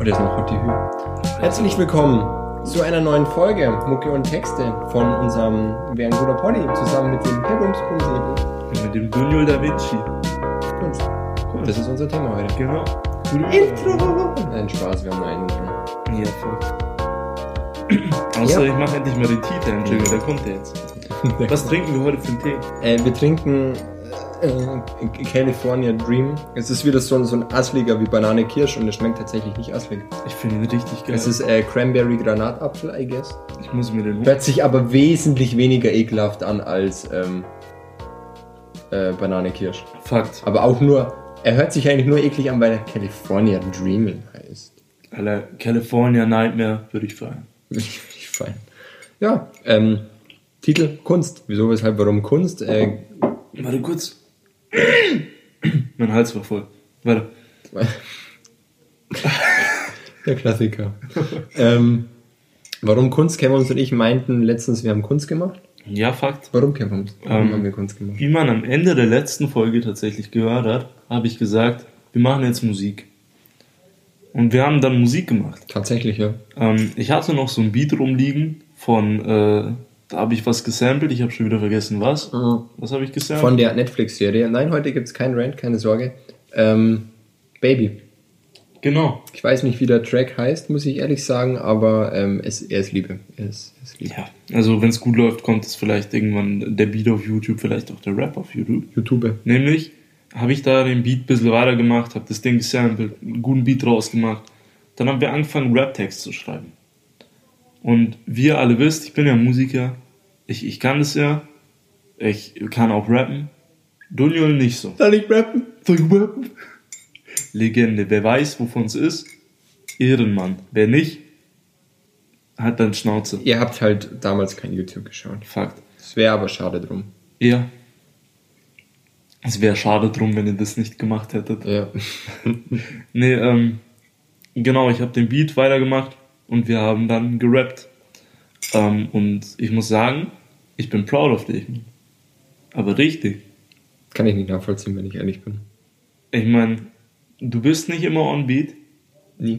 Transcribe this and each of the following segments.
Oh, der ist noch hot, die Hü. Herzlich willkommen zu einer neuen Folge Mucke und Texte von unserem Wer ein guter Poddy zusammen mit dem Herr Bumsebel. Und mit dem Daniel Da Vinci. Kunst. Cool. Das ist unser Thema heute. Genau. Intro! Nein, Spaß, wir haben nur ein Intro. Ja, fuck. Außer ich mache endlich mal den Titel, der kommt der jetzt. Was trinken wir heute für einen Tee? Wir trinken California Dream. Es ist wieder so ein Assliger wie Banane Kirsch und es schmeckt tatsächlich nicht asslig. Ich finde ihn richtig geil. Es ist Cranberry Granatapfel, I guess. Ich muss mir den holen. Hört sich aber wesentlich weniger ekelhaft an als Banane Kirsch. Fakt. Aber auch nur, er hört sich eigentlich nur eklig an, weil er California Dream heißt. Alter, California Nightmare würde ich feiern. Würde ich feiern. Ja, Titel Kunst. Wieso, weshalb, warum Kunst? Warte kurz. Mein Hals war voll. Warte. Der Klassiker. Warum Kunst? Kevin und ich meinten letztens, wir haben Kunst gemacht. Ja, Fakt. Warum, Kevin? Warum haben wir Kunst gemacht? Wie man am Ende der letzten Folge tatsächlich gehört hat, habe ich gesagt, wir machen jetzt Musik. Und wir haben dann Musik gemacht. Tatsächlich, ja. Ich hatte noch so ein Beat rumliegen von, da habe ich was gesampelt, ich habe schon wieder vergessen was. Was habe ich gesampelt? Von der Netflix-Serie. Nein, heute gibt es keinen Rant, keine Sorge. Baby. Genau. Ich weiß nicht, wie der Track heißt, muss ich ehrlich sagen, aber er ist Liebe. Er ist Liebe. Ja, also wenn es gut läuft, kommt es vielleicht irgendwann der Beat auf YouTube, vielleicht auch der Rap auf YouTube. Nämlich habe ich da den Beat ein bisschen weitergemacht, habe das Ding gesampelt, einen guten Beat draus gemacht. Dann haben wir angefangen, Rap-Text zu schreiben. Und wie ihr alle wisst, ich bin ja Musiker, ich kann das ja, ich kann auch rappen. Daniel nicht so. Soll ich rappen? Legende, wer weiß, wovon es ist, Ehrenmann. Wer nicht, hat dann Schnauze. Ihr habt halt damals kein YouTube geschaut. Fakt. Es wäre aber schade drum. Ja. Es wäre schade drum, wenn ihr das nicht gemacht hättet. Ja. Nee, genau, ich habe den Beat weitergemacht und wir haben dann gerappt. Und ich muss sagen, ich bin proud of dich. Aber richtig. Kann ich nicht nachvollziehen, wenn ich ehrlich bin. Ich meine, du bist nicht immer on Beat. Nie.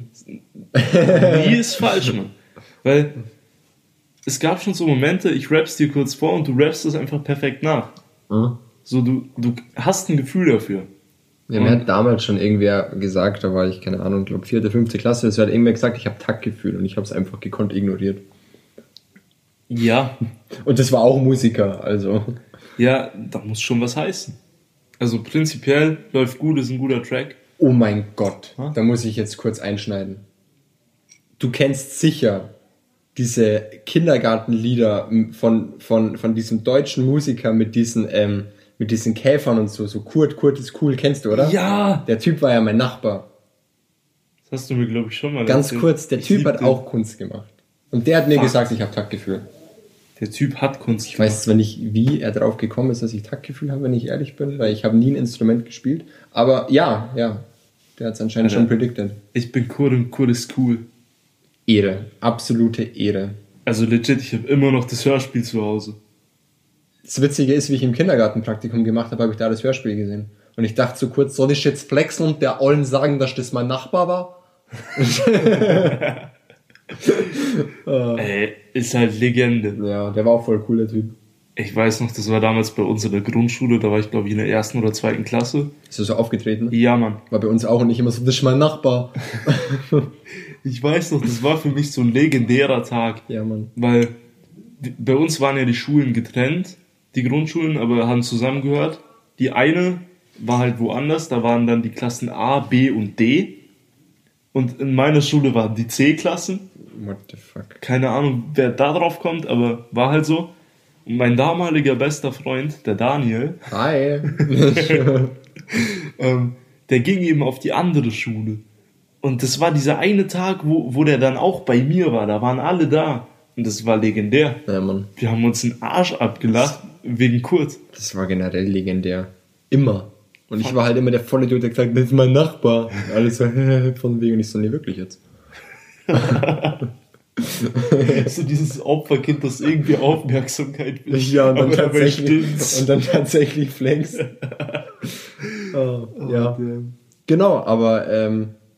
Nie ist falsch, Mann. Weil es gab schon so Momente, ich rapp's dir kurz vor und du rappst das einfach perfekt nach. Mhm. So, du hast ein Gefühl dafür. Ja, mir hat damals schon irgendwer gesagt, da war ich, keine Ahnung, glaube 4., 5. Klasse, es hat irgendwer gesagt, ich habe Taktgefühl und ich habe es einfach gekonnt ignoriert. Ja. Und das war auch Musiker, also. Ja, da muss schon was heißen. Also prinzipiell läuft gut, ist ein guter Track. Oh mein Gott, Ha? da muss ich jetzt kurz einschneiden. Du kennst sicher diese Kindergartenlieder von diesem deutschen Musiker mit diesen Käfern und so Kurt ist cool, kennst du, oder? Ja! Der Typ war ja mein Nachbar. Das hast du mir, glaube ich, schon mal Ganz erzählt. kurz, der Ich Typ lieb hat den. auch Kunst gemacht. Und der hat mir Fakt. gesagt, ich habe Taktgefühl. Der Typ hat Kunst. Ich weiß zwar nicht, wie er drauf gekommen ist, dass ich Taktgefühl habe, wenn ich ehrlich bin, weil ich habe nie ein Instrument gespielt. Aber ja, der hat es anscheinend Alter. schon predicted. Ich bin Kurt und Kurt ist cool. Ehre, absolute Ehre. Also legit, ich habe immer noch das Hörspiel zu Hause. Das Witzige ist, wie ich im Kindergartenpraktikum gemacht habe, habe ich da das Hörspiel gesehen. Und ich dachte so kurz, soll ich jetzt flexen und der allen sagen, dass das mein Nachbar war? Ey, ist halt Legende. Ja, der war auch voll cool, der Typ. Ich weiß noch, das war damals bei uns in der Grundschule, da war ich glaube ich in der 1. oder 2. Klasse. Ist er so aufgetreten? Ja, Mann. War bei uns auch und nicht immer so, das ist mein Nachbar. Ich weiß noch, das war für mich so ein legendärer Tag. Ja, Mann. Weil bei uns waren ja die Schulen getrennt, die Grundschulen, aber haben zusammengehört. Die eine war halt woanders, da waren dann die Klassen A, B und D. Und in meiner Schule waren die C-Klassen. What the fuck? Keine Ahnung, wer da drauf kommt, aber war halt so. Und mein damaliger bester Freund, der Daniel, Hi. der ging eben auf die andere Schule. Und das war dieser eine Tag, wo der dann auch bei mir war. Da waren alle da. Und das war legendär. Ja, Mann. Wir haben uns den Arsch abgelacht wegen Kurt. Das war generell legendär. Immer. Und ich war halt immer der volle Idiot, der gesagt hat, das ist mein Nachbar. Und alle so, von wegen, und ich so, nee, wirklich jetzt. So dieses Opferkind, das irgendwie Aufmerksamkeit will. Ja, und dann aber dabei tatsächlich, stimmt's. und dann tatsächlich flex. Ja. Genau, aber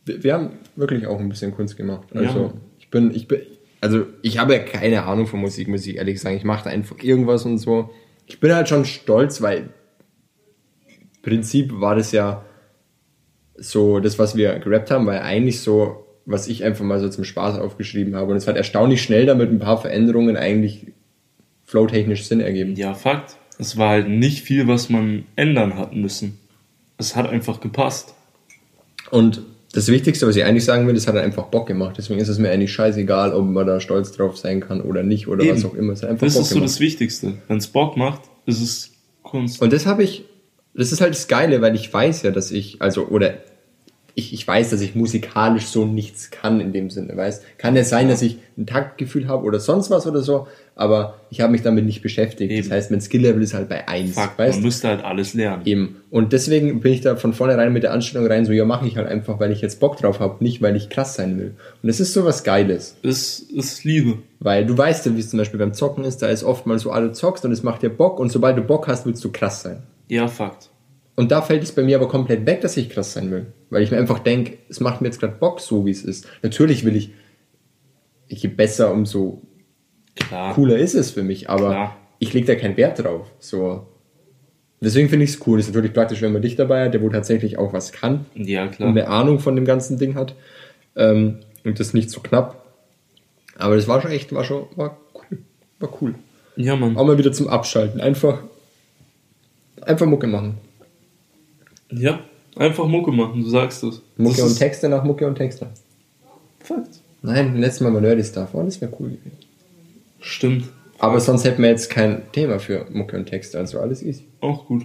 Wir haben wirklich auch ein bisschen Kunst gemacht. Also ich habe ja keine Ahnung von Musik, muss ich ehrlich sagen. Ich mache da einfach irgendwas und so. Ich bin halt schon stolz, weil im Prinzip war das ja so, das, was wir gerappt haben, war ja eigentlich so, was ich einfach mal so zum Spaß aufgeschrieben habe. Und es hat erstaunlich schnell damit ein paar Veränderungen eigentlich flowtechnisch Sinn ergeben. Ja, Fakt. Es war halt nicht viel, was man ändern hat müssen. Es hat einfach gepasst. Und das Wichtigste, was ich eigentlich sagen will, das hat halt einfach Bock gemacht. Deswegen ist es mir eigentlich scheißegal, ob man da stolz drauf sein kann oder nicht oder was auch immer. Es hat einfach das Bock ist so gemacht. das Wichtigste. Wenn es Bock macht, ist es Kunst. Und das ist halt das Geile, weil ich weiß ja, dass ich weiß, dass ich musikalisch so nichts kann in dem Sinne, weißt? Kann ja sein, dass ich ein Taktgefühl habe oder sonst was oder so, aber ich habe mich damit nicht beschäftigt. Eben. Das heißt, mein Skill-Level ist halt bei 1, Fakt, weißt? man müsste halt alles lernen. Eben. Und deswegen bin ich da von vornherein mit der Anstellung rein, so, ja, mache ich halt einfach, weil ich jetzt Bock drauf habe, nicht weil ich krass sein will. Und es ist so was Geiles. Es ist Liebe. Weil du weißt ja, wie es zum Beispiel beim Zocken ist, da ist oft mal so, du zockst und es macht dir Bock und sobald du Bock hast, willst du krass sein. Ja, Fakt. Und da fällt es bei mir aber komplett weg, dass ich krass sein will. Weil ich mir einfach denke, es macht mir jetzt gerade Bock, so wie es ist. Natürlich will je besser, umso cooler ist es für mich. Aber ich lege da keinen Wert drauf. So. Deswegen finde ich es cool. Ist natürlich praktisch, wenn man dich dabei hat, der wohl tatsächlich auch was kann. Ja, klar. Und eine Ahnung von dem ganzen Ding hat. Und das nicht so knapp. Aber das war cool. War cool. Ja, Mann. Auch mal wieder zum Abschalten. Einfach Mucke machen. Ja, einfach Mucke machen, du sagst es. Mucke und Texte nach Mucke und Texte. Fakt. Nein, letztes Mal Nerdy Stuff. Oh, das wäre cool gewesen. Stimmt. Aber sonst hätten wir jetzt kein Thema für Mucke und Texte, also alles easy. Auch gut.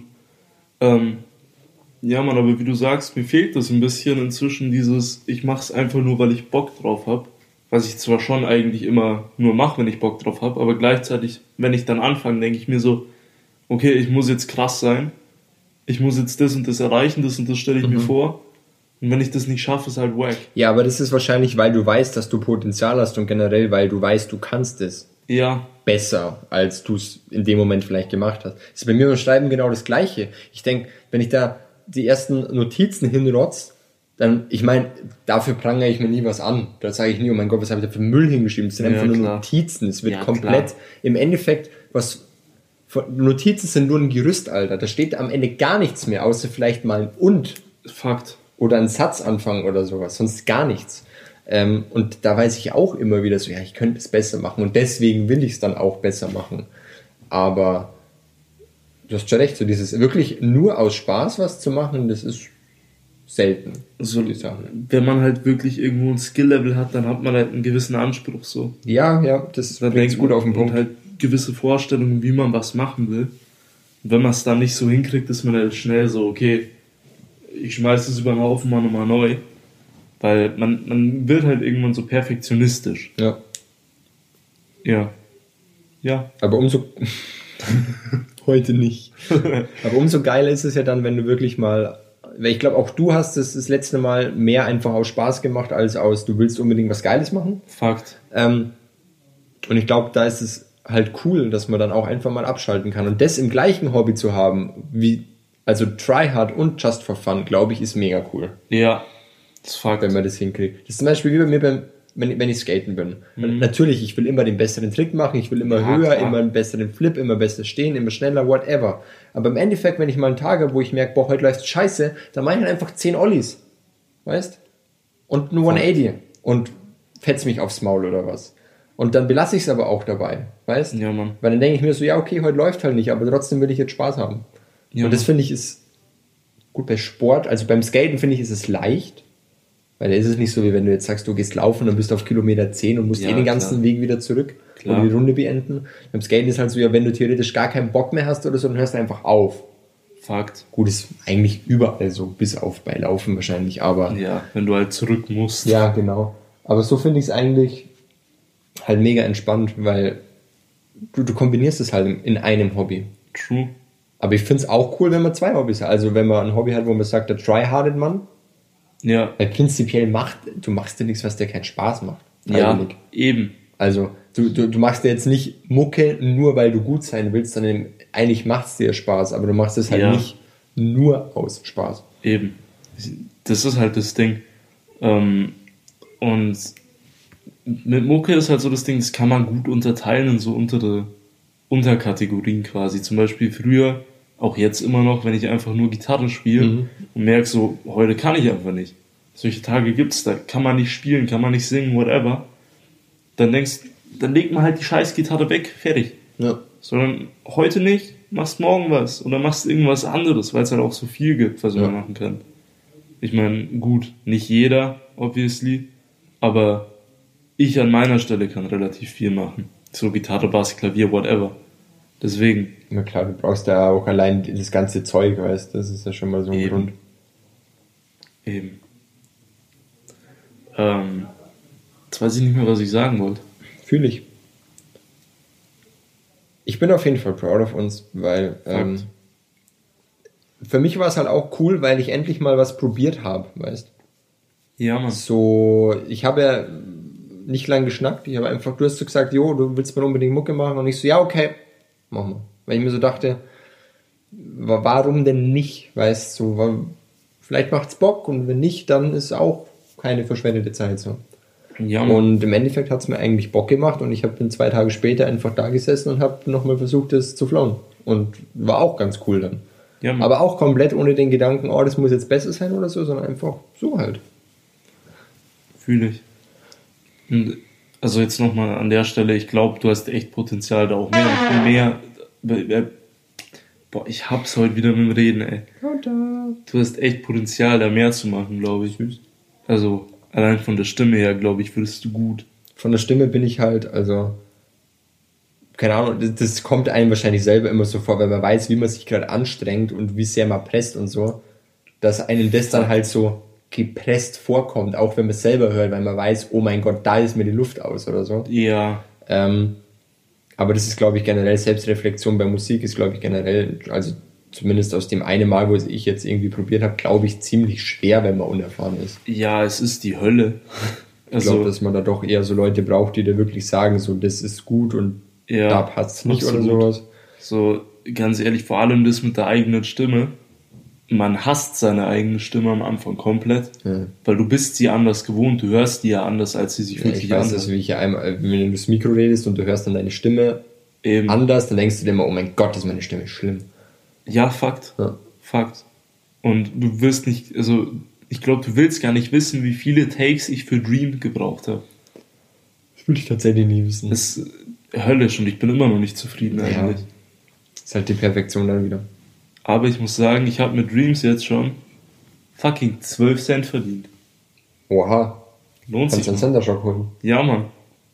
Ja, Mann, aber wie du sagst, mir fehlt das ein bisschen inzwischen dieses, ich mach's einfach nur, weil ich Bock drauf habe. Was ich zwar schon eigentlich immer nur mache, wenn ich Bock drauf habe, aber gleichzeitig, wenn ich dann anfange, denke ich mir so, okay, ich muss jetzt krass sein. Ich muss jetzt das und das erreichen, das und das stelle ich mir vor. Und wenn ich das nicht schaffe, ist halt wack. Ja, aber das ist wahrscheinlich, weil du weißt, dass du Potenzial hast und generell, weil du weißt, du kannst es. Ja. Besser, als du es in dem Moment vielleicht gemacht hast. Das ist bei mir beim Schreiben genau das Gleiche. Ich denke, wenn ich da die ersten Notizen hinrotz, dann, ich meine, dafür prangere ich mir nie was an. Da sage ich nie, oh mein Gott, was habe ich da für Müll hingeschrieben? Das sind einfach nur Notizen. Es wird komplett, im Endeffekt, Notizen sind nur ein Gerüst, Alter. Da steht am Ende gar nichts mehr, außer vielleicht mal ein Und. Fakt. Oder ein Satzanfang oder sowas. Sonst gar nichts. Und da weiß ich auch immer wieder so, ja, ich könnte es besser machen. Und deswegen will ich es dann auch besser machen. Aber du hast schon recht, so dieses wirklich nur aus Spaß was zu machen, das ist selten. So, wenn man halt wirklich irgendwo ein Skill-Level hat, dann hat man halt einen gewissen Anspruch. So. Ja, das bringt gut auf den Punkt. Und halt gewisse Vorstellungen, wie man was machen will. Und wenn man es dann nicht so hinkriegt, ist man halt schnell so, okay, ich schmeiß es über den Haufen mal nochmal neu. Weil man wird halt irgendwann so perfektionistisch. Ja. Ja. Aber umso... Heute nicht. Aber umso geiler ist es ja dann, wenn du wirklich mal... Weil ich glaube, auch du hast es das letzte Mal mehr einfach aus Spaß gemacht, als aus, du willst unbedingt was Geiles machen. Fakt. Und ich glaube, da ist es halt cool, dass man dann auch einfach mal abschalten kann. Und das im gleichen Hobby zu haben, also Tryhard und Just for Fun, glaube ich, ist mega cool. Ja, das ist Fakt. Wenn man das hinkriegt. Das ist zum Beispiel wie bei mir, wenn ich skaten bin. Natürlich, ich will immer den besseren Trick machen, ich will immer höher, klar. Immer einen besseren Flip, immer besser stehen, immer schneller, whatever. Aber im Endeffekt, wenn ich mal einen Tag habe, wo ich merke, boah, heute läuft scheiße, dann mache ich halt einfach 10 Ollies. Weißt? Und nur 180. Und fetz mich aufs Maul oder was. Und dann belasse ich es aber auch dabei. Weißt? Ja, Mann. Weil dann denke ich mir so, ja, okay, heute läuft halt nicht, aber trotzdem will ich jetzt Spaß haben. Ja, und das finde ich ist gut bei Sport. Also beim Skaten finde ich, ist es leicht. Weil da ist es nicht so, wie wenn du jetzt sagst, du gehst laufen und bist auf Kilometer 10 und musst den ganzen Weg wieder zurück oder die Runde beenden. Beim Skaten ist halt so, ja, wenn du theoretisch gar keinen Bock mehr hast oder so, dann hörst du einfach auf. Fakt. Gut, ist eigentlich überall so, bis auf bei Laufen wahrscheinlich, aber... Ja, wenn du halt zurück musst. Ja, genau. Aber so finde ich es eigentlich halt mega entspannt, weil du kombinierst es halt in einem Hobby. True. Aber ich finde es auch cool, wenn man 2 Hobbys hat. Also wenn man ein Hobby hat, wo man sagt, da tryhardet man. Ja. Weil prinzipiell du machst dir nichts, was dir keinen Spaß macht. Ja, eben. Also du machst dir jetzt nicht Mucke nur, weil du gut sein willst, sondern eigentlich macht es dir Spaß, aber du machst es halt nicht nur aus Spaß. Eben. Das ist halt das Ding. Und mit Mucke ist halt so das Ding, das kann man gut unterteilen in so Unterkategorien quasi. Zum Beispiel früher, auch jetzt immer noch, wenn ich einfach nur Gitarre spiele und merke so, heute kann ich einfach nicht. Solche Tage gibt's, da kann man nicht spielen, kann man nicht singen, whatever. Dann legt man halt die scheiß Gitarre weg, fertig. Ja. Sondern heute nicht, machst morgen was oder machst irgendwas anderes, weil es halt auch so viel gibt, was man machen kann. Ich meine, gut, nicht jeder, obviously, aber ich an meiner Stelle kann relativ viel machen. So Gitarre, Bass, Klavier, whatever. Deswegen. Na klar, du brauchst ja auch allein das ganze Zeug, weißt du, das ist ja schon mal so ein Grund. Eben. Jetzt weiß ich nicht mehr, was ich sagen wollte. Fühle ich. Ich bin auf jeden Fall proud of uns, weil für mich war es halt auch cool, weil ich endlich mal was probiert habe, weißt du? Ja, Mann. So, ich habe ja nicht lang geschnackt, ich habe einfach, du hast so gesagt, jo, du willst mal unbedingt Mucke machen und ich so, ja, okay, machen wir. Weil ich mir so dachte, warum denn nicht, weißt du, so, vielleicht macht's Bock und wenn nicht, dann ist auch keine verschwendete Zeit so. Ja, und im Endeffekt hat es mir eigentlich Bock gemacht und ich bin 2 Tage später einfach da gesessen und habe nochmal versucht, das zu flowen. Und war auch ganz cool dann. Ja, aber auch komplett ohne den Gedanken, oh, das muss jetzt besser sein oder so, sondern einfach so halt. Fühle ich. Und also jetzt nochmal an der Stelle, ich glaube, du hast echt Potenzial da auch mehr. Boah, ich hab's heute wieder mit dem Reden, ey. Du hast echt Potenzial, da mehr zu machen, glaube ich. Also allein von der Stimme her, glaube ich, würdest du gut. Von der Stimme bin ich halt, also, keine Ahnung, das kommt einem wahrscheinlich selber immer so vor, weil man weiß, wie man sich gerade anstrengt und wie sehr man presst und so, dass einem das dann halt so gepresst vorkommt, auch wenn man es selber hört, weil man weiß, oh mein Gott, da ist mir die Luft aus oder so. Ja. Aber das ist, glaube ich, generell, Selbstreflexion bei Musik ist, glaube ich, generell, also zumindest aus dem einen Mal, wo ich jetzt irgendwie probiert habe, glaube ich, ziemlich schwer, wenn man unerfahren ist. Ja, es ist die Hölle. Ich glaube, dass man da doch eher so Leute braucht, die da wirklich sagen, so, das ist gut und da passt es nicht absolut. oder sowas. So, ganz ehrlich, vor allem das mit der eigenen Stimme. Man hasst seine eigene Stimme am Anfang komplett, weil du bist sie anders gewohnt, du hörst die ja anders, als sie sich wirklich anhört. Ich weiß das, wie ich einmal, wenn du das Mikro redest und du hörst dann deine Stimme anders, dann denkst du dir immer, oh mein Gott, ist meine Stimme schlimm. Ja, Fakt. Ja. Fakt. Und du wirst nicht, also ich glaube, du willst gar nicht wissen, wie viele Takes ich für Dream gebraucht habe. Das will ich tatsächlich nie wissen. Das ist höllisch und ich bin immer noch nicht zufrieden eigentlich. Das ist halt die Perfektion dann wieder. Aber ich muss sagen, ich habe mit Dreams jetzt schon fucking 12 Cent verdient. Oha. Lohnt sich. Kannst du einen Center-Shock holen? Ja, Mann.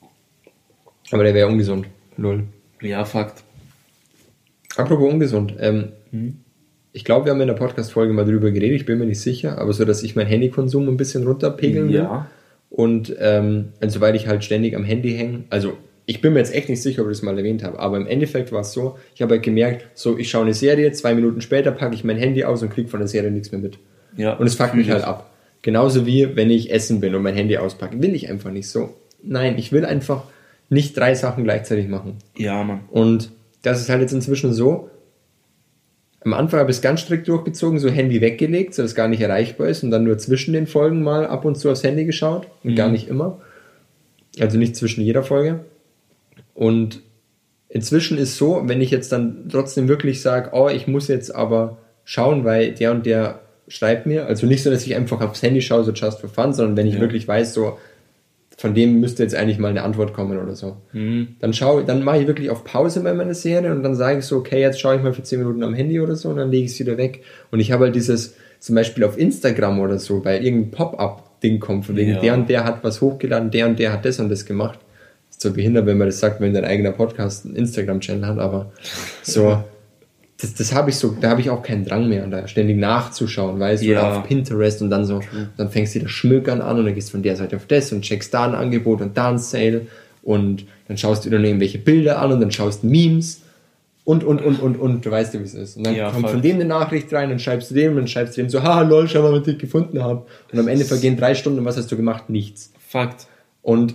Aber der wäre ungesund. Null. Ja, Fakt. Apropos ungesund. Ich glaube, wir haben in der Podcast-Folge mal drüber geredet, ich bin mir nicht sicher, aber so, dass ich meinen Handykonsum ein bisschen runterpegeln will. Ja. Und also weil ich halt ständig am Handy hänge, also ich bin mir jetzt echt nicht sicher, ob ich das mal erwähnt habe, aber im Endeffekt war es so, ich habe halt gemerkt, so ich schaue eine Serie, 2 Minuten später packe ich mein Handy aus und kriege von der Serie nichts mehr mit. Ja, und es fuckt mich halt ab. Genauso wie, wenn ich essen bin und mein Handy auspacke. Will ich einfach nicht so. Nein, ich will einfach nicht 3 Sachen gleichzeitig machen. Ja, Mann. Und das ist halt jetzt inzwischen so, am Anfang habe ich es ganz strikt durchgezogen, so Handy weggelegt, so dass es gar nicht erreichbar ist und dann nur zwischen den Folgen mal ab und zu aufs Handy geschaut und gar nicht immer. Also nicht zwischen jeder Folge. Und inzwischen ist so, wenn ich jetzt dann trotzdem wirklich sage, oh, ich muss jetzt aber schauen, weil der und der schreibt mir, also nicht so, dass ich einfach aufs Handy schaue, so just for fun, sondern wenn ich wirklich weiß, so von dem müsste jetzt eigentlich mal eine Antwort kommen oder so. Dann mache ich wirklich auf Pause bei meiner Serie und dann sage ich so, okay, jetzt schaue ich mal für 10 Minuten am Handy oder so und dann lege ich es wieder weg. Und ich habe halt dieses, zum Beispiel auf Instagram oder so, weil irgendein Pop-up-Ding kommt, von wegen der und der hat was hochgeladen, der und der hat das und das gemacht. Ist so behindert, wenn man das sagt, wenn dein eigener Podcast einen Instagram-Channel hat, aber so, das habe ich so, da habe ich auch keinen Drang mehr, da ständig nachzuschauen, weißt du, oder auf Pinterest und dann so, dann fängst du das Schmökern an und dann gehst du von der Seite auf das und checkst da ein Angebot und da ein Sale und dann schaust du dir irgendwelche Bilder an und dann schaust Memes und du weißt ja, wie es ist. Und dann kommt von dem eine Nachricht rein und schreibst du dem und dann schreibst du dem so, haha, lol, schau mal, was ich gefunden habe. Und am Ende vergehen 3 Stunden und was hast du gemacht? Nichts. Fakt. Und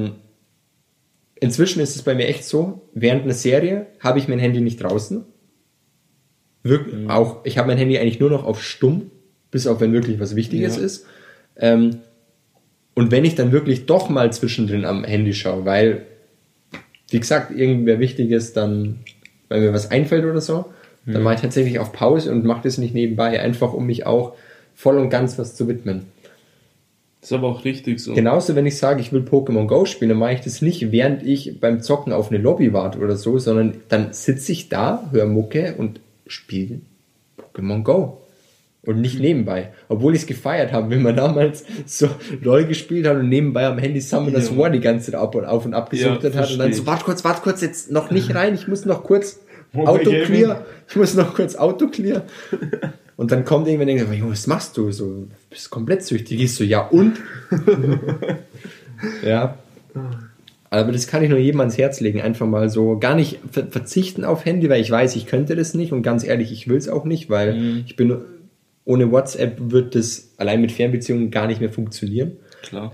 inzwischen ist es bei mir echt so, während einer Serie habe ich mein Handy nicht draußen. Auch, ich habe mein Handy eigentlich nur noch auf stumm, bis auf wenn wirklich was Wichtiges ist. Und wenn ich dann wirklich doch mal zwischendrin am Handy schaue, weil, wie gesagt, irgendwer wichtig ist, dann, weil mir was einfällt oder so, dann mache ich tatsächlich auf Pause und mache das nicht nebenbei, einfach um mich auch voll und ganz was zu widmen. Das ist aber auch richtig so. Genauso, wenn ich sage, ich will Pokémon Go spielen, dann mache ich das nicht, während ich beim Zocken auf eine Lobby warte oder so, sondern dann sitze ich da, höre Mucke und spiele Pokémon Go. Und nicht nebenbei. Obwohl ich es gefeiert habe, wenn man damals so LOL gespielt hat und nebenbei am Handy Summoners War die ganze Zeit auf und ab gesuchtet hat und dann so, warte kurz, jetzt noch nicht rein, ich muss noch kurz Autoclear. Und dann kommt irgendwann und denkt, was machst du? So, du bist komplett süchtig. Ich so, ja und? Ja. Aber das kann ich nur jedem ans Herz legen. Einfach mal so, gar nicht verzichten auf Handy, weil ich weiß, ich könnte das nicht und ganz ehrlich, ich will es auch nicht, weil ich bin, ohne WhatsApp wird das allein mit Fernbeziehungen gar nicht mehr funktionieren. Klar.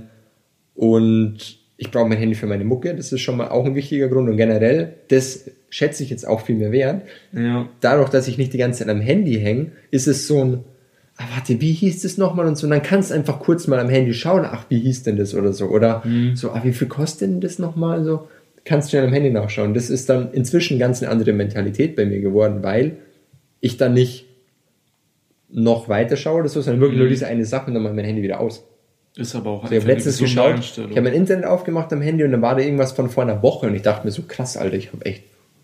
Und ich brauche mein Handy für meine Mucke, das ist schon mal auch ein wichtiger Grund und generell, das schätze ich jetzt auch viel mehr wert. Ja. Dadurch, dass ich nicht die ganze Zeit am Handy hänge, ist es so ein, warte, wie hieß das nochmal und so, und dann kannst du einfach kurz mal am Handy schauen, wie hieß denn das oder so, oder so, wie viel kostet denn das nochmal, so, kannst du schnell am Handy nachschauen. Das ist dann inzwischen ganz eine andere Mentalität bei mir geworden, weil ich dann nicht noch weiter schaue oder so, sondern wirklich nur diese eine Sache und dann mache ich mein Handy wieder aus. Ist aber auch also ich habe letztens geschaut, ich habe mein Internet aufgemacht am Handy und dann war da irgendwas von vor einer Woche und ich dachte mir so, krass, Alter, ich habe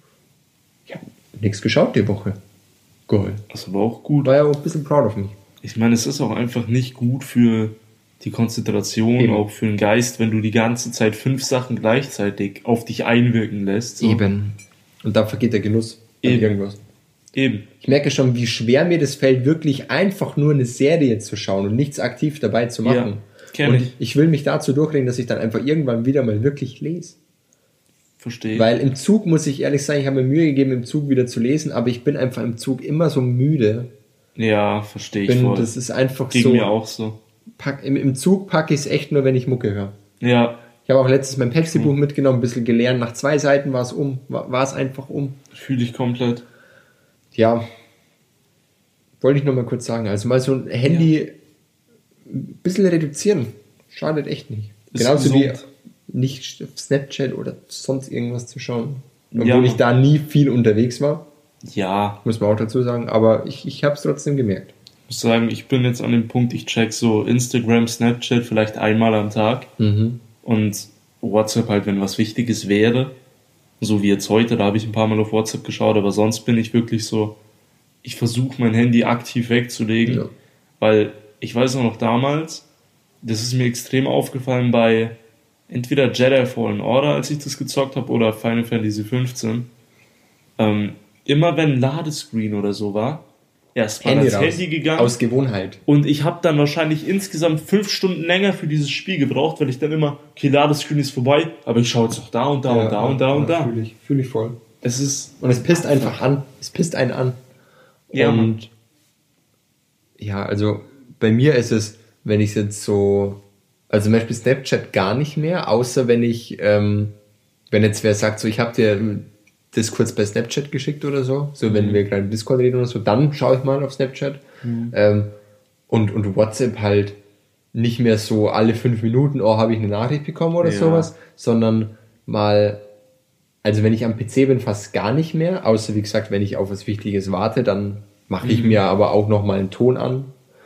nichts geschaut die Woche. Geil. Das ist aber auch gut. War ja auch ein bisschen proud of me. Ich meine, es ist auch einfach nicht gut für die Konzentration, auch für den Geist, wenn du die ganze Zeit 5 Sachen gleichzeitig auf dich einwirken lässt. So. Eben. Und da vergeht der Genuss an irgendwas. Eben. Ich merke schon, wie schwer mir das fällt, wirklich einfach nur eine Serie zu schauen und nichts aktiv dabei zu machen. Ja, und ich will mich dazu durchlegen, dass ich dann einfach irgendwann wieder mal wirklich lese. Verstehe. Weil im Zug, muss ich ehrlich sagen, ich habe mir Mühe gegeben, im Zug wieder zu lesen, aber ich bin einfach im Zug immer so müde. Ja, verstehe ich voll. Das ist einfach Ging so. Mir auch so. Im Zug packe ich es echt nur, wenn ich Mucke höre. Ja. Ich habe auch letztens mein Pepsi-Buch mitgenommen, ein bisschen gelernt. Nach 2 Seiten war es einfach um. Fühle ich komplett. Ja. Wollte ich noch mal kurz sagen. Also mal so ein Handy ein bisschen reduzieren. Schadet echt nicht. Ist Genauso gesund. wie nicht auf Snapchat oder sonst irgendwas zu schauen. Obwohl ich da nie viel unterwegs war. Ja. Muss man auch dazu sagen. Aber ich habe es trotzdem gemerkt. Ich muss sagen, ich bin jetzt an dem Punkt, ich check so Instagram, Snapchat vielleicht einmal am Tag. Und WhatsApp halt, wenn was Wichtiges wäre. So wie jetzt heute, da habe ich ein paar Mal auf WhatsApp geschaut, aber sonst bin ich wirklich so, ich versuche mein Handy aktiv wegzulegen, weil ich weiß auch noch damals, das ist mir extrem aufgefallen bei entweder Jedi Fallen Order, als ich das gezockt habe, oder Final Fantasy 15. Immer wenn ein Ladescreen oder so war, erst mal ans Handy gegangen. Aus Gewohnheit. Und ich habe dann wahrscheinlich insgesamt 5 Stunden länger für dieses Spiel gebraucht, weil ich dann immer, okay, Ladescreen ist vorbei, aber ich schaue jetzt noch da und da und da und da und da. Fühle ich voll. Und es pisst einfach an. Es pisst einen an. Ja. Und ja, also bei mir ist es, wenn ich jetzt so, also zum Beispiel Snapchat gar nicht mehr, außer wenn ich, wenn jetzt wer sagt, so ich habe dir das kurz bei Snapchat geschickt oder so, wenn wir gerade im Discord reden oder so, dann schaue ich mal auf Snapchat. Und WhatsApp halt nicht mehr so alle 5 Minuten, habe ich eine Nachricht bekommen oder sowas, sondern mal, also wenn ich am PC bin, fast gar nicht mehr, außer wie gesagt, wenn ich auf was Wichtiges warte, dann mache ich mir aber auch nochmal einen Ton an.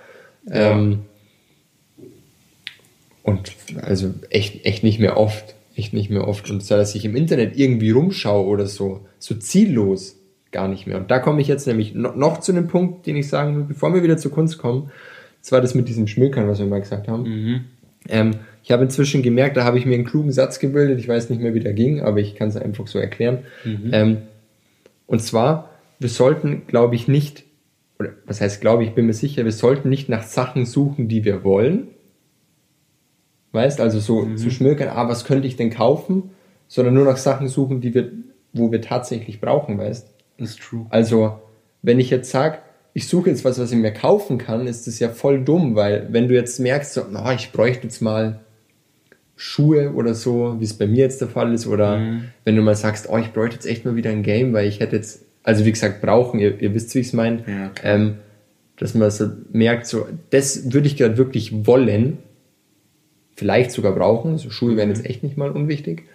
Und also echt nicht mehr oft. Und so, dass ich im Internet irgendwie rumschaue oder so ziellos gar nicht mehr. Und da komme ich jetzt nämlich noch zu einem Punkt, den ich sagen will, bevor wir wieder zur Kunst kommen. Das war das mit diesem Schmökern, was wir mal gesagt haben. Ich habe inzwischen gemerkt, da habe ich mir einen klugen Satz gebildet. Ich weiß nicht mehr, wie der ging, aber ich kann es einfach so erklären. Und zwar, wir sollten, glaube ich, nicht, oder was heißt glaube ich bin mir sicher, wir sollten nicht nach Sachen suchen, die wir wollen. Weißt, also zu schmökern, was könnte ich denn kaufen? Sondern nur nach Sachen suchen, wo wir tatsächlich brauchen, weißt? Das ist true. Also, wenn ich jetzt sage, ich suche jetzt was ich mir kaufen kann, ist das ja voll dumm, weil wenn du jetzt merkst, ich bräuchte jetzt mal Schuhe oder so, wie es bei mir jetzt der Fall ist, oder wenn du mal sagst, ich bräuchte jetzt echt mal wieder ein Game, weil ich hätte jetzt, also wie gesagt, brauchen, ihr wisst, wie ich es meine, dass man so merkt, so, das würde ich gerade wirklich wollen, vielleicht sogar brauchen, so Schuhe wären jetzt echt nicht mal unwichtig,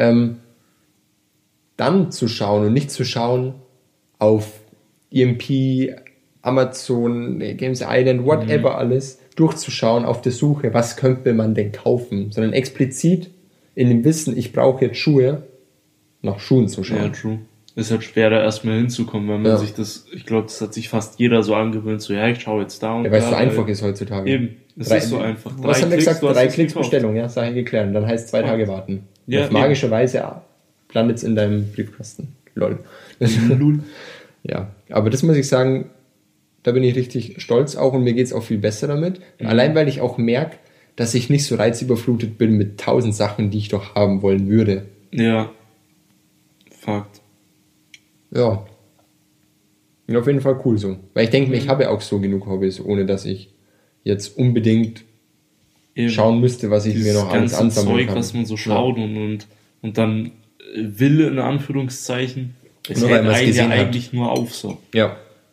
dann zu schauen und nicht zu schauen auf EMP, Amazon, Games Island, whatever alles, durchzuschauen auf der Suche, was könnte man denn kaufen, sondern explizit in dem Wissen, ich brauche jetzt Schuhe, nach Schuhen zu schauen. Ja, true. Ist halt schwer, da erstmal hinzukommen, wenn man sich das, ich glaube, das hat sich fast jeder so angewöhnt, so, ja, ich schaue jetzt da und ja, weil es so einfach ist heutzutage. Eben, es ist so einfach. Was haben wir gesagt? 3 Klicks Bestellung, ja, Sache geklärt. Und dann heißt 2 Tage warten. Ja, auf magische Weise landet es in deinem Briefkasten. Lol. Ja, aber das muss ich sagen, da bin ich richtig stolz auch und mir geht es auch viel besser damit. Allein, weil ich auch merke, dass ich nicht so reizüberflutet bin mit 1000 Sachen, die ich doch haben wollen würde. Ja. Fakt. Ja. Und auf jeden Fall cool so. Weil ich denke mir, ich habe ja auch so genug Hobbys, ohne dass ich jetzt unbedingt schauen müsste, was ich mir noch alles ansammeln kann. Was man so schaut und dann will, in Anführungszeichen, es hält einen ja eigentlich nur auf so. Ja.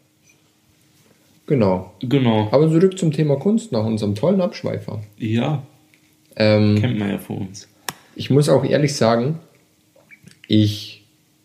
Genau. Aber zurück zum Thema Kunst, nach unserem tollen Abschweifer. Ja. Kennt man ja von uns. Ich muss auch ehrlich sagen, ich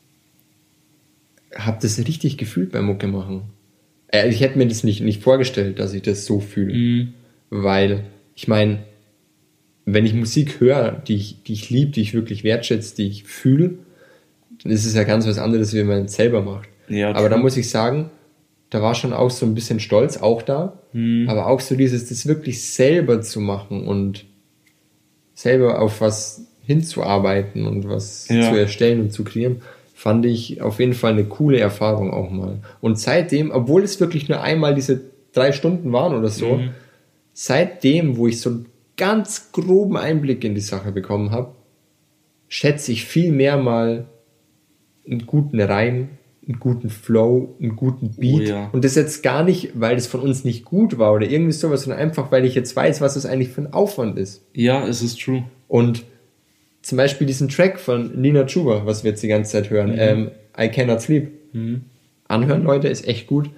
habe das richtig gefühlt beim Mucke machen. Ich hätte mir das nicht vorgestellt, dass ich das so fühle. Weil, ich meine, wenn ich Musik höre, die ich liebe, die ich wirklich wertschätze, die ich fühle, dann ist es ja ganz was anderes, wie man es selber macht. Ja, aber da muss ich sagen, da war schon auch so ein bisschen Stolz auch da, aber auch so das wirklich selber zu machen und selber auf was hinzuarbeiten und was zu erstellen und zu kreieren, fand ich auf jeden Fall eine coole Erfahrung auch mal. Und seitdem, obwohl es wirklich nur einmal diese 3 Stunden waren oder so, seitdem, wo ich so einen ganz groben Einblick in die Sache bekommen habe, schätze ich viel mehr mal einen guten Reim, einen guten Flow, einen guten Beat. Oh, ja. Und das jetzt gar nicht, weil das von uns nicht gut war oder irgendwie sowas, sondern einfach, weil ich jetzt weiß, was das eigentlich für ein Aufwand ist. Ja, es ist true. Und zum Beispiel diesen Track von Nina Chuba, was wir jetzt die ganze Zeit hören, I Cannot Sleep. Anhören, Leute, ist echt gut.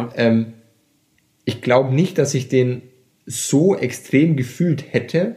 Ich glaube nicht, dass ich den so extrem gefühlt hätte,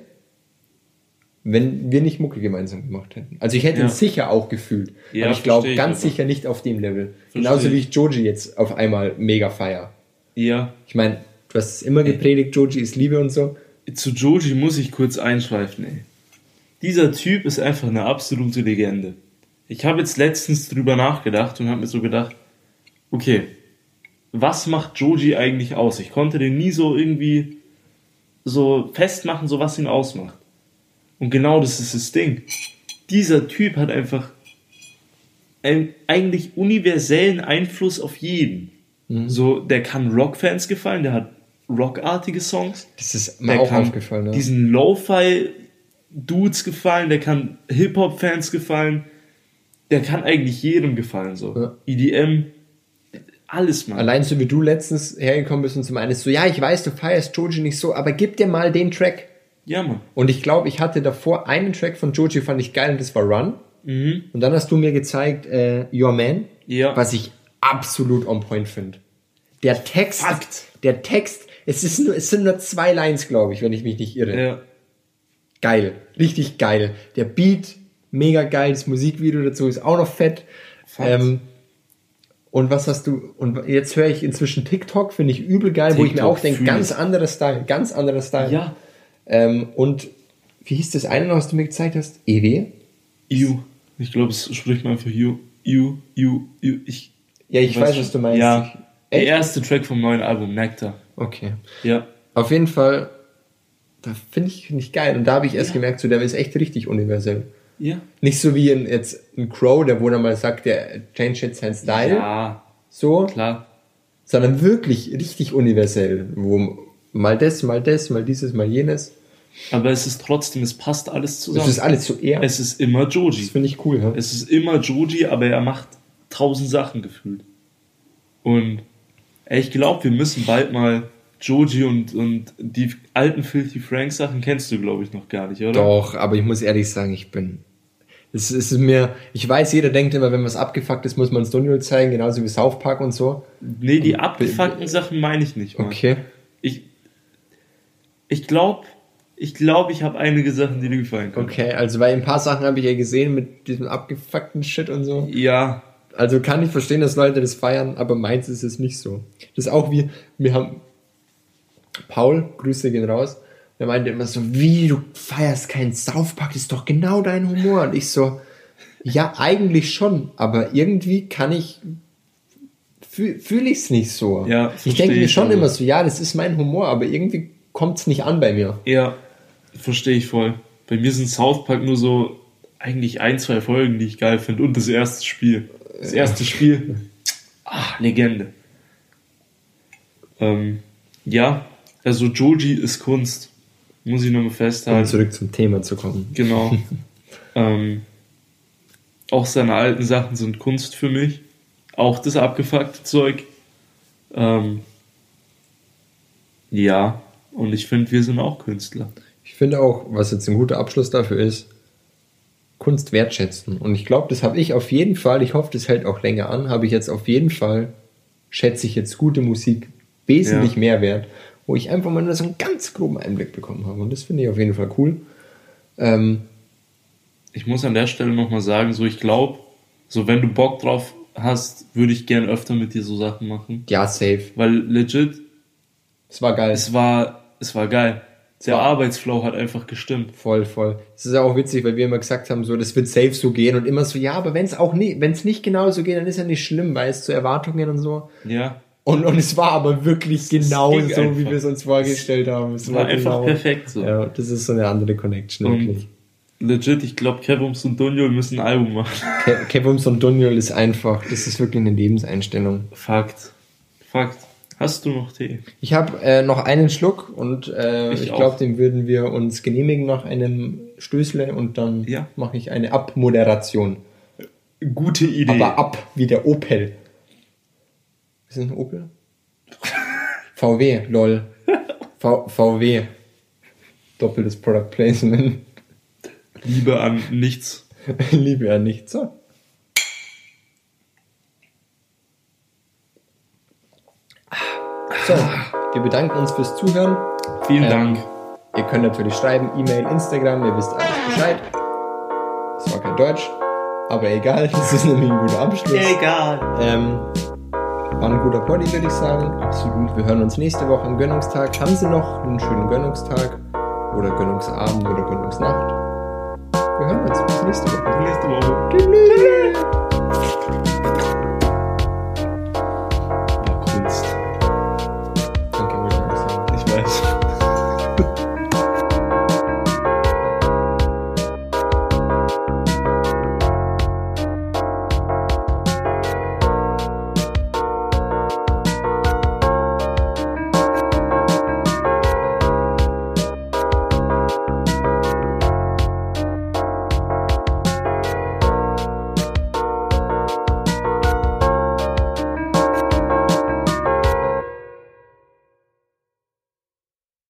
wenn wir nicht Mucke gemeinsam gemacht hätten. Also ich hätte ihn sicher auch gefühlt, aber ich glaube ganz sicher nicht auf dem Level. Genauso wie ich Joji jetzt auf einmal mega feier. Ja. Ich meine, du hast es immer gepredigt, Joji ist Liebe und so. Zu Joji muss ich kurz einschweifen, ey. Dieser Typ ist einfach eine absolute Legende. Ich habe jetzt letztens drüber nachgedacht und habe mir so gedacht, okay, was macht Joji eigentlich aus? Ich konnte den nie so irgendwie so festmachen, so was ihn ausmacht. Und genau das ist das Ding. Dieser Typ hat einfach einen eigentlich universellen Einfluss auf jeden. So, der kann Rockfans gefallen, der hat rockartige Songs. Das ist mir auch aufgefallen. Ja. Diesen Lo-Fi-Dudes gefallen, der kann Hip-Hop-Fans gefallen, der kann eigentlich jedem gefallen. So. Ja. EDM, alles, Mann. Allein so wie du letztens hergekommen bist und zum einen so, ja, ich weiß, du feierst Joji nicht so, aber gib dir mal den Track. Ja, Mann. Und ich glaube, ich hatte davor einen Track von Joji, fand ich geil, und das war Run. Und dann hast du mir gezeigt, Your Man, was ich absolut on point finde. Der Text, es sind nur 2 Lines, glaube ich, wenn ich mich nicht irre. Ja. Geil, richtig geil. Der Beat, mega geil, das Musikvideo dazu ist auch noch fett. Und was hast du, und jetzt höre ich inzwischen TikTok, finde ich übel geil, TikTok, wo ich mir auch denke, ganz anderer Style. Ja. Und wie hieß das eine noch, was du mir gezeigt hast? EW? You. Ich glaube, es spricht man einfach You. Ich weiß, was du meinst. Ja. Der erste Track vom neuen Album, Nectar. Okay. Ja. Auf jeden Fall, da finde ich geil. Und da habe ich erst gemerkt, so, der ist echt richtig universell. Ja. Nicht so wie jetzt ein Crow, der wo dann mal sagt, der change jetzt sein Style. Ja. So. Klar. Sondern wirklich richtig universell. Wo mal das, mal dieses, mal jenes. Aber es ist trotzdem, es passt alles zusammen. Es ist alles so eher. Es ist immer Joji. Das finde ich cool, ja. Es ist immer Joji, aber er macht 1000 Sachen gefühlt. Und ich glaube, wir müssen bald mal Joji und die alten Filthy Frank Sachen kennst du, glaube ich, noch gar nicht, oder? Doch, aber ich muss ehrlich sagen, ich weiß, jeder denkt immer, wenn was abgefuckt ist, muss man Stonewall zeigen, genauso wie South Park und so. Nee, die abgefuckten Sachen meine ich nicht, Mann. Okay. Ich glaube, Ich glaube, ich habe einige Sachen, die dir gefallen können. Okay, also weil ein paar Sachen habe ich ja gesehen mit diesem abgefuckten Shit und so. Ja. Also kann ich verstehen, dass Leute das feiern, aber meins ist es nicht so. Das ist auch wie, wir haben Paul, Grüße gehen raus, der meinte immer so, wie, du feierst keinen South Park, das ist doch genau dein Humor. Und ich so, ja, eigentlich schon, aber irgendwie fühle ich es nicht so. Ja, ich denke mir schon immer so, ja, das ist mein Humor, aber irgendwie kommt es nicht an bei mir. Ja, verstehe ich voll. Bei mir sind South Park nur so eigentlich 1-2 Folgen, die ich geil finde und das erste Spiel. Das erste Spiel, Legende. Ja, also Joji ist Kunst. Muss ich nochmal festhalten. Um zurück zum Thema zu kommen. Genau. Auch seine alten Sachen sind Kunst für mich. Auch das abgefuckte Zeug. Ja, und ich finde, wir sind auch Künstler. Ich finde auch, was jetzt ein guter Abschluss dafür ist, Kunst wertschätzen. Und ich glaube, das habe ich auf jeden Fall, ich hoffe, das hält auch länger an, habe ich jetzt auf jeden Fall, schätze ich jetzt gute Musik wesentlich mehr wert, wo ich einfach mal nur so einen ganz groben Einblick bekommen habe. Und das finde ich auf jeden Fall cool. Ich muss an der Stelle nochmal sagen, so ich glaube, so wenn du Bock drauf hast, würde ich gern öfter mit dir so Sachen machen. Ja, safe. Weil legit, es war geil. Es war geil. Der Arbeitsflow hat einfach gestimmt. Voll. Das ist ja auch witzig, weil wir immer gesagt haben, so, das wird safe so gehen und immer so, ja, aber wenn es nicht genau so geht, dann ist ja nicht schlimm, weil es zu Erwartungen und so. Ja. Und es war aber wirklich genau so, einfach, wie wir es uns vorgestellt haben. Es war einfach genau, perfekt so. Ja, das ist so eine andere Connection, und wirklich. Legit, ich glaube, Kevums und Dunjol müssen ein Album machen. Kevums und Dunjol ist einfach, das ist wirklich eine Lebenseinstellung. Fakt. Hast du noch Tee? Ich habe noch einen Schluck und ich glaube, den würden wir uns genehmigen nach einem Stößle und dann mache ich eine Abmoderation. Gute Idee. Aber ab wie der Opel. Ist das ein Opel? VW, lol. VW. Doppeltes Product Placement. Liebe an nichts. Liebe an nichts. So. So, wir bedanken uns fürs Zuhören. Vielen Dank. Ihr könnt natürlich schreiben, E-Mail, Instagram, ihr wisst alles Bescheid. Das war kein Deutsch, aber egal, das ist nämlich ein guter Abschluss. Egal. War ein guter Poddy, würde ich sagen. Absolut. Wir hören uns nächste Woche am Gönnungstag. Haben Sie noch einen schönen Gönnungstag oder Gönnungsabend oder Gönnungsnacht? Wir hören uns bis nächste Woche. Tschüss.